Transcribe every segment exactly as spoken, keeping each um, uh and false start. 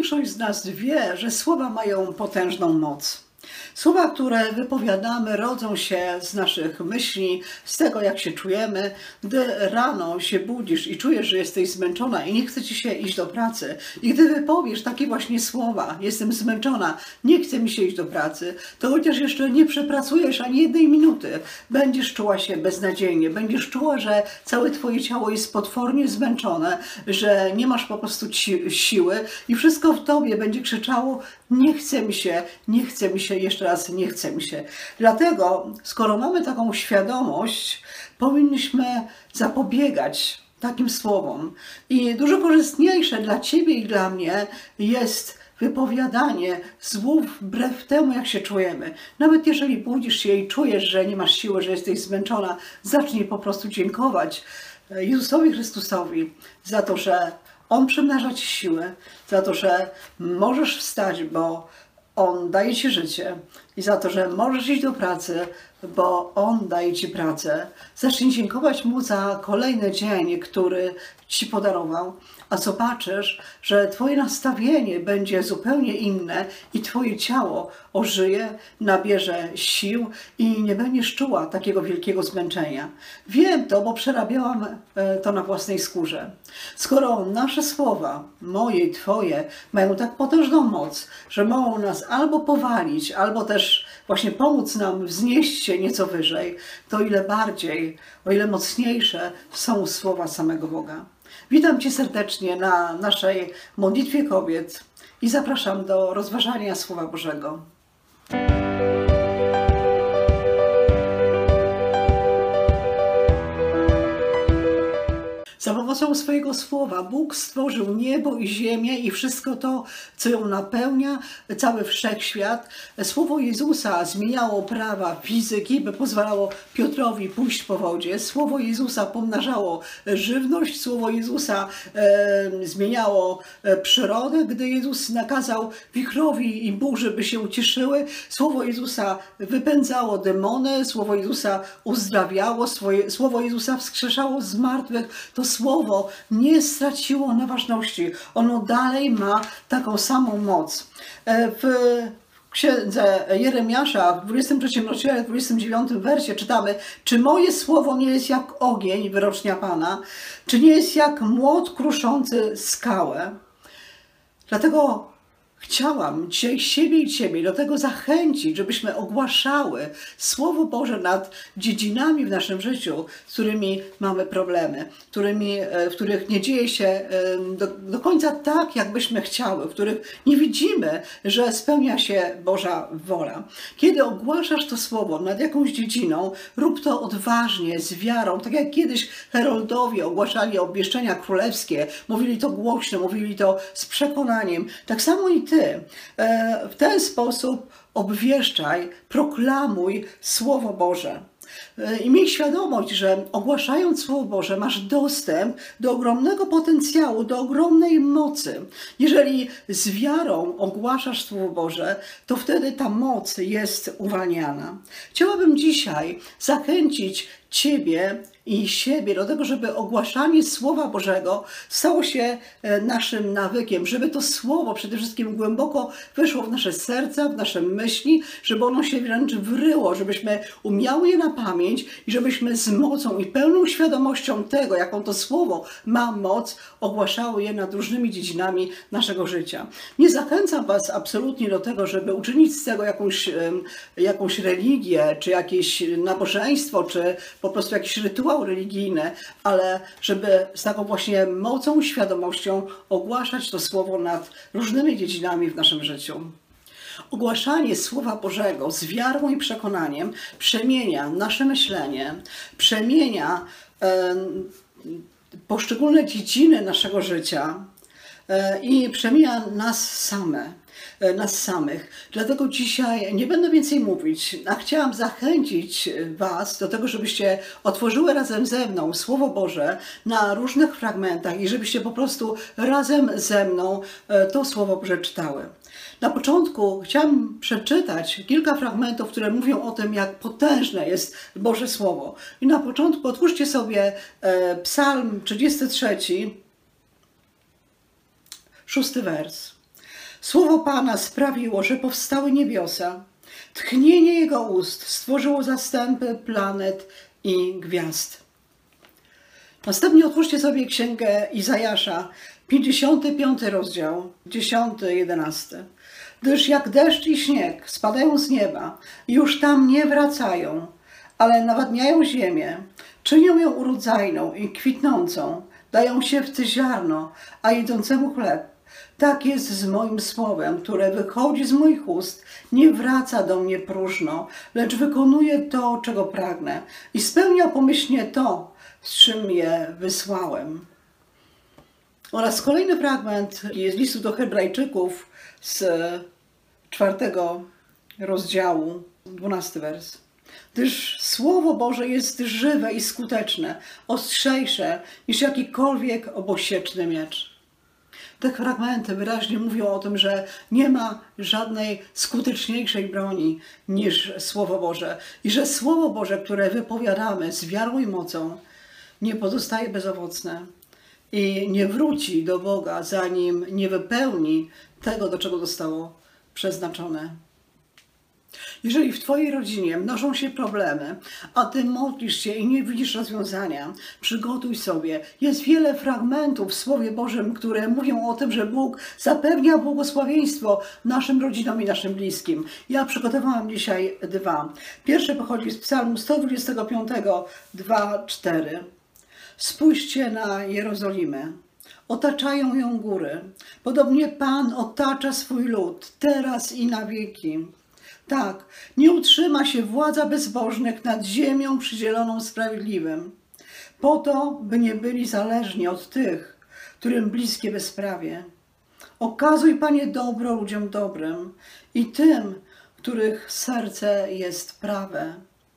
Większość z nas wie, że słowa mają potężną moc. Słowa, które wypowiadamy, rodzą się z naszych myśli, z tego, jak się czujemy. Gdy rano się budzisz i czujesz, że jesteś zmęczona i nie chce ci się iść do pracy, i gdy wypowiesz takie właśnie słowa, jestem zmęczona, nie chce mi się iść do pracy, to chociaż jeszcze nie przepracujesz ani jednej minuty, będziesz czuła się beznadziejnie, będziesz czuła, że całe twoje ciało jest potwornie zmęczone, że nie masz po prostu ci siły i wszystko w tobie będzie krzyczało: nie chce mi się, nie chce mi się, jeszcze raz nie chce mi się. Dlatego, skoro mamy taką świadomość, powinniśmy zapobiegać takim słowom. I dużo korzystniejsze dla ciebie i dla mnie jest wypowiadanie słów wbrew temu, jak się czujemy. Nawet jeżeli budzisz się i czujesz, że nie masz siły, że jesteś zmęczona, zacznij po prostu dziękować Jezusowi Chrystusowi za to, że On przymnaża ci siłę, za to, że możesz wstać, bo On daje ci życie, i za to, że możesz iść do pracy, bo On daje ci pracę. Zacznij dziękować Mu za kolejny dzień, który ci podarował, a zobaczysz, że twoje nastawienie będzie zupełnie inne i twoje ciało ożyje, nabierze sił i nie będziesz czuła takiego wielkiego zmęczenia. Wiem to, bo przerabiałam to na własnej skórze. Skoro nasze słowa, moje i twoje, mają tak potężną moc, że mogą nas albo powalić, albo też właśnie pomóc nam wznieść się nieco wyżej, to ile bardziej, o ile mocniejsze są słowa samego Boga. Witam Cię serdecznie na naszej modlitwie kobiet i zapraszam do rozważania Słowa Bożego. Za pomocą swojego słowa Bóg stworzył niebo i ziemię i wszystko to, co ją napełnia, cały wszechświat. Słowo Jezusa zmieniało prawa fizyki, by pozwalało Piotrowi pójść po wodzie. Słowo Jezusa pomnażało żywność. Słowo Jezusa e, zmieniało przyrodę, gdy Jezus nakazał wichrowi i burzy, by się uciszyły. Słowo Jezusa wypędzało demony. Słowo Jezusa uzdrawiało. Swoje, Słowo Jezusa wskrzeszało z martwych. To słowo nie straciło na ważności. Ono dalej ma taką samą moc. W księdze Jeremiasza w dwudziestym trzecim rozdziale, dwudziestym dziewiątym wersie czytamy: czy moje słowo nie jest jak ogień, wyrocznia Pana, czy nie jest jak młot kruszący skałę? Dlatego chciałam dzisiaj siebie i Ciebie do tego zachęcić, żebyśmy ogłaszały Słowo Boże nad dziedzinami w naszym życiu, z którymi mamy problemy, którymi, w których nie dzieje się do, do końca tak, jak byśmy chciały, w których nie widzimy, że spełnia się Boża wola. Kiedy ogłaszasz to Słowo nad jakąś dziedziną, rób to odważnie, z wiarą, tak jak kiedyś heroldowie ogłaszali obwieszczenia królewskie, mówili to głośno, mówili to z przekonaniem. Tak samo i Ty w ten sposób obwieszczaj, proklamuj Słowo Boże. I miej świadomość, że ogłaszając Słowo Boże masz dostęp do ogromnego potencjału, do ogromnej mocy. Jeżeli z wiarą ogłaszasz Słowo Boże, to wtedy ta moc jest uwalniana. Chciałabym dzisiaj zachęcić Ciebie i siebie do tego, żeby ogłaszanie Słowa Bożego stało się naszym nawykiem, żeby to Słowo przede wszystkim głęboko weszło w nasze serca, w nasze myśli, żeby ono się wręcz wryło, żebyśmy umiały je na pamięć i żebyśmy z mocą i pełną świadomością tego, jaką to Słowo ma moc, ogłaszały je nad różnymi dziedzinami naszego życia. Nie zachęcam Was absolutnie do tego, żeby uczynić z tego jakąś, jakąś religię, czy jakieś nabożeństwo, czy po prostu jakiś rytuał religijny, ale żeby z taką właśnie mocą, świadomością ogłaszać to Słowo nad różnymi dziedzinami w naszym życiu. Ogłaszanie Słowa Bożego z wiarą i przekonaniem przemienia nasze myślenie, przemienia e, poszczególne dziedziny naszego życia e, i przemienia nas same. nas samych. Dlatego dzisiaj nie będę więcej mówić, a chciałam zachęcić Was do tego, żebyście otworzyły razem ze mną Słowo Boże na różnych fragmentach i żebyście po prostu razem ze mną to Słowo Boże czytały. Na początku chciałam przeczytać kilka fragmentów, które mówią o tym, jak potężne jest Boże Słowo. I na początku otwórzcie sobie Psalm trzydziesty trzeci, szósty wers. Słowo Pana sprawiło, że powstały niebiosa. Tchnienie Jego ust stworzyło zastępy planet i gwiazd. Następnie otwórzcie sobie księgę Izajasza, pięćdziesiąty piąty rozdział, dziesiąty, jedenasty. Gdyż jak deszcz i śnieg spadają z nieba, już tam nie wracają, ale nawadniają ziemię, czynią ją urodzajną i kwitnącą, dają siewcy ziarno, a jedzącemu chleb. Tak jest z moim słowem, które wychodzi z moich ust, nie wraca do mnie próżno, lecz wykonuje to, czego pragnę i spełnia pomyślnie to, z czym je wysłałem. Oraz kolejny fragment z listu do Hebrajczyków z czwartego rozdziału, dwunasty wers. Gdyż Słowo Boże jest żywe i skuteczne, ostrzejsze niż jakikolwiek obosieczny miecz. Te fragmenty wyraźnie mówią o tym, że nie ma żadnej skuteczniejszej broni niż Słowo Boże i że Słowo Boże, które wypowiadamy z wiarą i mocą, nie pozostaje bezowocne i nie wróci do Boga, zanim nie wypełni tego, do czego zostało przeznaczone. Jeżeli w Twojej rodzinie mnożą się problemy, a Ty modlisz się i nie widzisz rozwiązania, przygotuj sobie. Jest wiele fragmentów w Słowie Bożym, które mówią o tym, że Bóg zapewnia błogosławieństwo naszym rodzinom i naszym bliskim. Ja przygotowałam dzisiaj dwa. Pierwsze pochodzi z Psalmu sto dwudziestego piątego, dwa, cztery. Spójrzcie na Jerozolimę. Otaczają ją góry. Podobnie Pan otacza swój lud, teraz i na wieki. Tak, nie utrzyma się władza bezbożnych nad ziemią przydzieloną sprawiedliwym, po to, by nie byli zależni od tych, którym bliskie bezprawie. Okazuj, Panie, dobro ludziom dobrym i tym, których serce jest prawe.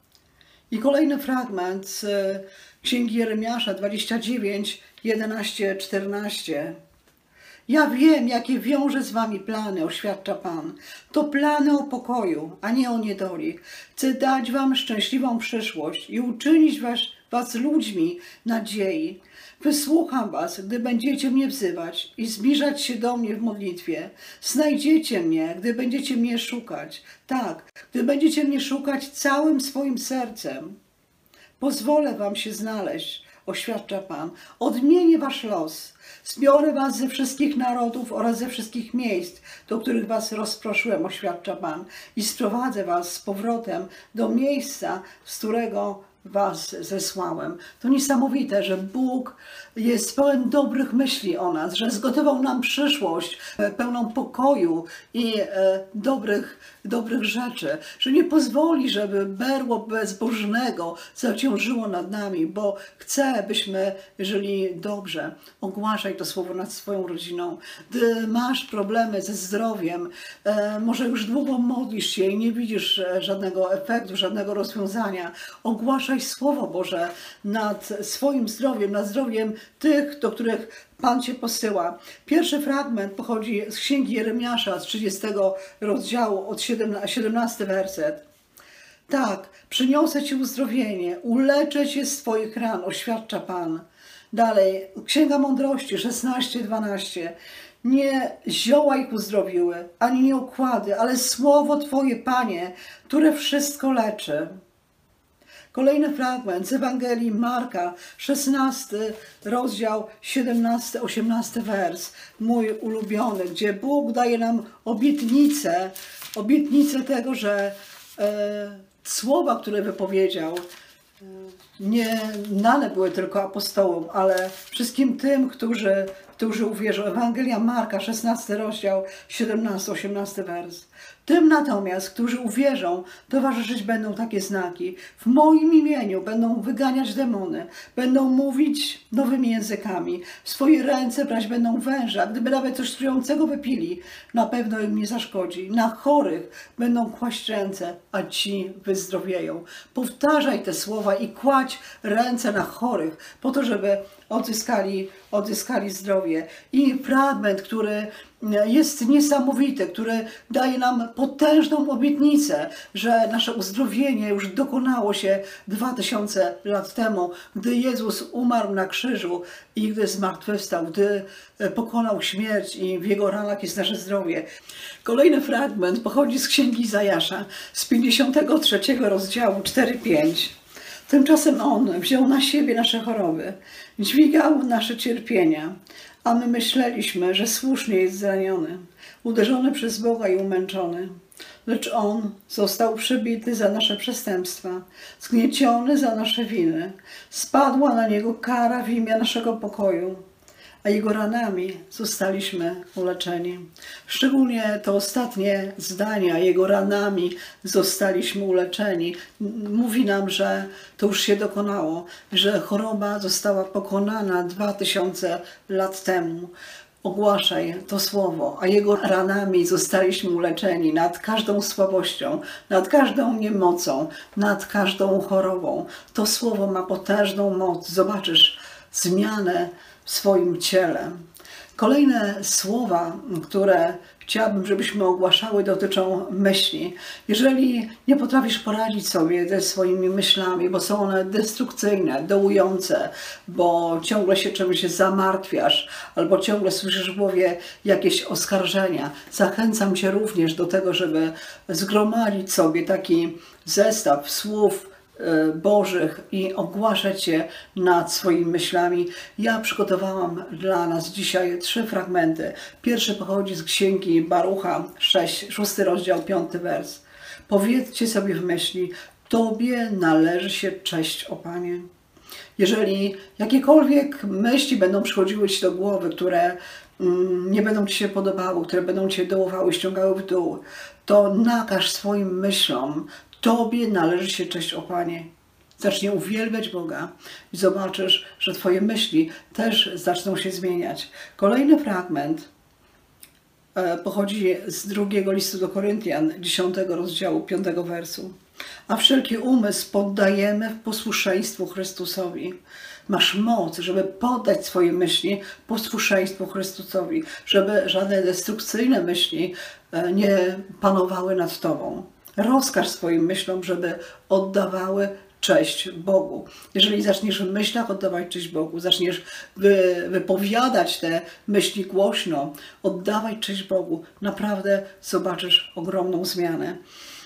I kolejny fragment z Księgi Jeremiasza dwadzieścia dziewięć, jedenaście, czternaście. Ja wiem, jakie wiąże z wami plany, oświadcza Pan. To plany o pokoju, a nie o niedoli. Chcę dać wam szczęśliwą przyszłość i uczynić was, was ludźmi nadziei. Wysłucham was, gdy będziecie mnie wzywać i zbliżać się do mnie w modlitwie. Znajdziecie mnie, gdy będziecie mnie szukać. Tak, gdy będziecie mnie szukać całym swoim sercem. Pozwolę wam się znaleźć, oświadcza Pan. Odmienię wasz los. Zbiorę was ze wszystkich narodów oraz ze wszystkich miejsc, do których was rozproszyłem, oświadcza Pan. I sprowadzę was z powrotem do miejsca, z którego was zesłałem. To niesamowite, że Bóg jest pełen dobrych myśli o nas, że zgotował nam przyszłość pełną pokoju i e, dobrych, dobrych rzeczy, że nie pozwoli, żeby berło bezbożnego zaciążyło nad nami, bo chce, byśmy żyli dobrze. Ogłaszaj to słowo nad swoją rodziną. Gdy masz problemy ze zdrowiem, e, może już długo modlisz się i nie widzisz żadnego efektu, żadnego rozwiązania, ogłaszaj Słowo Boże nad swoim zdrowiem, nad zdrowiem tych, do których Pan Cię posyła. Pierwszy fragment pochodzi z Księgi Jeremiasza, z trzydziestego rozdziału, od siedemnastego werset. Tak, przyniosę Ci uzdrowienie, uleczę Cię z Twoich ran, oświadcza Pan. Dalej, Księga Mądrości, szesnaście, dwanaście. Nie zioła ich uzdrowiły, ani nie układy, ale Słowo Twoje, Panie, które wszystko leczy. Kolejny fragment z Ewangelii Marka, szesnasty rozdział, siedemnasty, osiemnasty wers, mój ulubiony, gdzie Bóg daje nam obietnicę, obietnicę tego, że e, słowa, które wypowiedział, e, nie dane były tylko apostołom, ale wszystkim tym, którzy, którzy uwierzą. Ewangelia Marka, szesnasty rozdział, siedemnasty, osiemnasty wers. Tym natomiast, którzy uwierzą, towarzyszyć będą takie znaki. W moim imieniu będą wyganiać demony, będą mówić nowymi językami, w swoje ręce brać będą węża. Gdyby nawet coś trującego wypili, na pewno im nie zaszkodzi. Na chorych będą kłaść ręce, a ci wyzdrowieją. Powtarzaj te słowa i kładź ręce na chorych, po to, żeby odzyskali, odzyskali zdrowie. I fragment, który jest niesamowite, który daje nam potężną obietnicę, że nasze uzdrowienie już dokonało się dwa tysiące lat temu, gdy Jezus umarł na krzyżu i gdy zmartwychwstał, gdy pokonał śmierć i w Jego ranach jest nasze zdrowie. Kolejny fragment pochodzi z Księgi Izajasza, z pięćdziesiątego trzeciego rozdziału cztery pięć. Tymczasem On wziął na siebie nasze choroby, dźwigał nasze cierpienia, a my myśleliśmy, że słusznie jest zraniony, uderzony przez Boga i umęczony. Lecz On został przybity za nasze przestępstwa, zgnieciony za nasze winy. Spadła na Niego kara w imię naszego pokoju, a Jego ranami zostaliśmy uleczeni. Szczególnie to ostatnie zdania, Jego ranami zostaliśmy uleczeni, mówi nam, że to już się dokonało, że choroba została pokonana dwa tysiące lat temu. Ogłaszaj to słowo, a Jego ranami zostaliśmy uleczeni nad każdą słabością, nad każdą niemocą, nad każdą chorobą. To słowo ma potężną moc. Zobaczysz zmianę w swoim ciele. Kolejne słowa, które chciałabym, żebyśmy ogłaszały, dotyczą myśli. Jeżeli nie potrafisz poradzić sobie ze swoimi myślami, bo są one destrukcyjne, dołujące, bo ciągle się czymś zamartwiasz, albo ciągle słyszysz w głowie jakieś oskarżenia, zachęcam Cię również do tego, żeby zgromadzić sobie taki zestaw słów Bożych i ogłaszać je nad swoimi myślami. Ja przygotowałam dla nas dzisiaj trzy fragmenty. Pierwszy pochodzi z Księgi Barucha, sześć, szósty rozdział, piąty wers. Powiedzcie sobie w myśli, Tobie należy się cześć, o Panie. Jeżeli jakiekolwiek myśli będą przychodziły Ci do głowy, które mm, nie będą Ci się podobały, które będą Cię dołowały, ściągały w dół, to nakaż swoim myślom, Tobie należy się cześć, o Panie. Zacznij uwielbiać Boga i zobaczysz, że Twoje myśli też zaczną się zmieniać. Kolejny fragment pochodzi z drugiego listu do Koryntian, dziesiątego rozdziału, piątego wersu. A wszelki umysł poddajemy w posłuszeństwu Chrystusowi. Masz moc, żeby poddać swoje myśli posłuszeństwu Chrystusowi, żeby żadne destrukcyjne myśli nie panowały nad Tobą. Rozkaż swoim myślom, żeby oddawały cześć Bogu. Jeżeli zaczniesz w myślach oddawać cześć Bogu, zaczniesz wy, wypowiadać te myśli głośno, oddawać cześć Bogu, naprawdę zobaczysz ogromną zmianę.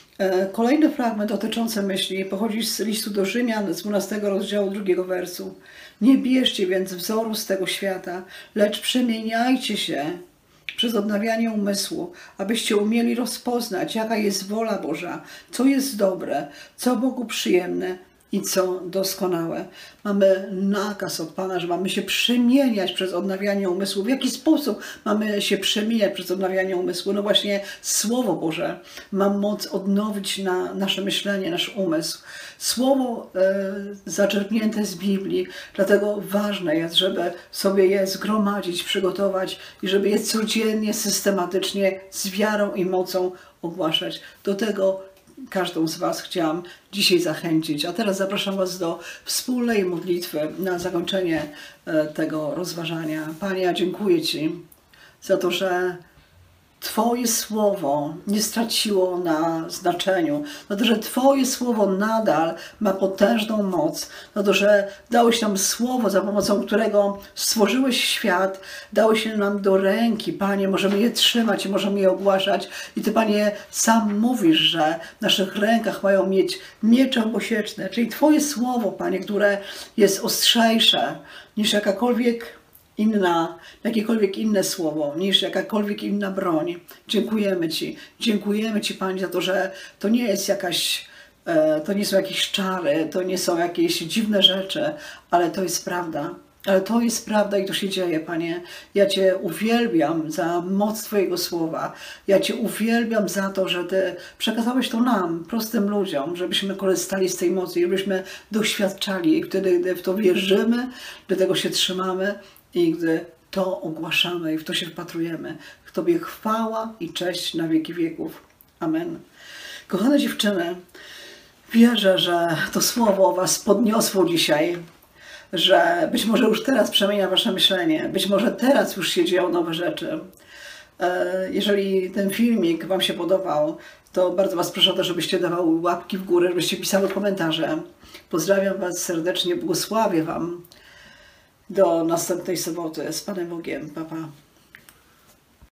Kolejny fragment dotyczący myśli pochodzi z listu do Rzymian, z dwunastego rozdziału, drugiego wersu. Nie bierzcie więc wzoru z tego świata, lecz przemieniajcie się przez odnawianie umysłu, abyście umieli rozpoznać, jaka jest wola Boża, co jest dobre, co Bogu przyjemne i co doskonałe. Mamy nakaz od Pana, że mamy się przemieniać przez odnawianie umysłu. W jaki sposób mamy się przemieniać przez odnawianie umysłu? No właśnie Słowo Boże ma moc odnowić na nasze myślenie, nasz umysł. Słowo e, zaczerpnięte z Biblii, dlatego ważne jest, żeby sobie je zgromadzić, przygotować i żeby je codziennie, systematycznie, z wiarą i mocą ogłaszać. Do tego każdą z Was chciałam dzisiaj zachęcić. A teraz zapraszam Was do wspólnej modlitwy na zakończenie tego rozważania. Panie, ja dziękuję Ci za to, że Twoje Słowo nie straciło na znaczeniu, na to, że Twoje Słowo nadal ma potężną moc, na to, że dałeś nam Słowo, za pomocą którego stworzyłeś świat, dałeś je nam do ręki, Panie, możemy je trzymać i możemy je ogłaszać. I Ty, Panie, sam mówisz, że w naszych rękach mają mieć miecze obosieczne, czyli Twoje Słowo, Panie, które jest ostrzejsze niż jakakolwiek inna, jakiekolwiek inne słowo, niż jakakolwiek inna broń. Dziękujemy Ci. Dziękujemy Ci, Panie, za to, że to nie jest jakaś, to nie są jakieś czary, to nie są jakieś dziwne rzeczy, ale to jest prawda. Ale to jest prawda i to się dzieje, Panie. Ja Cię uwielbiam za moc Twojego Słowa. Ja Cię uwielbiam za to, że Ty przekazałeś to nam, prostym ludziom, żebyśmy korzystali z tej mocy, żebyśmy doświadczali i wtedy, gdy w to wierzymy, do tego się trzymamy, i gdy to ogłaszamy i w to się wpatrujemy, Tobie chwała i cześć na wieki wieków. Amen. Kochane dziewczyny, wierzę, że to słowo Was podniosło dzisiaj, że być może już teraz przemienia Wasze myślenie, być może teraz już się dzieją nowe rzeczy. E, Jeżeli ten filmik Wam się podobał, to bardzo Was proszę o to, żebyście dawały łapki w górę, żebyście pisały komentarze. Pozdrawiam Was serdecznie, błogosławię Wam. Do następnej soboty. Z Panem Bogiem. Pa, pa.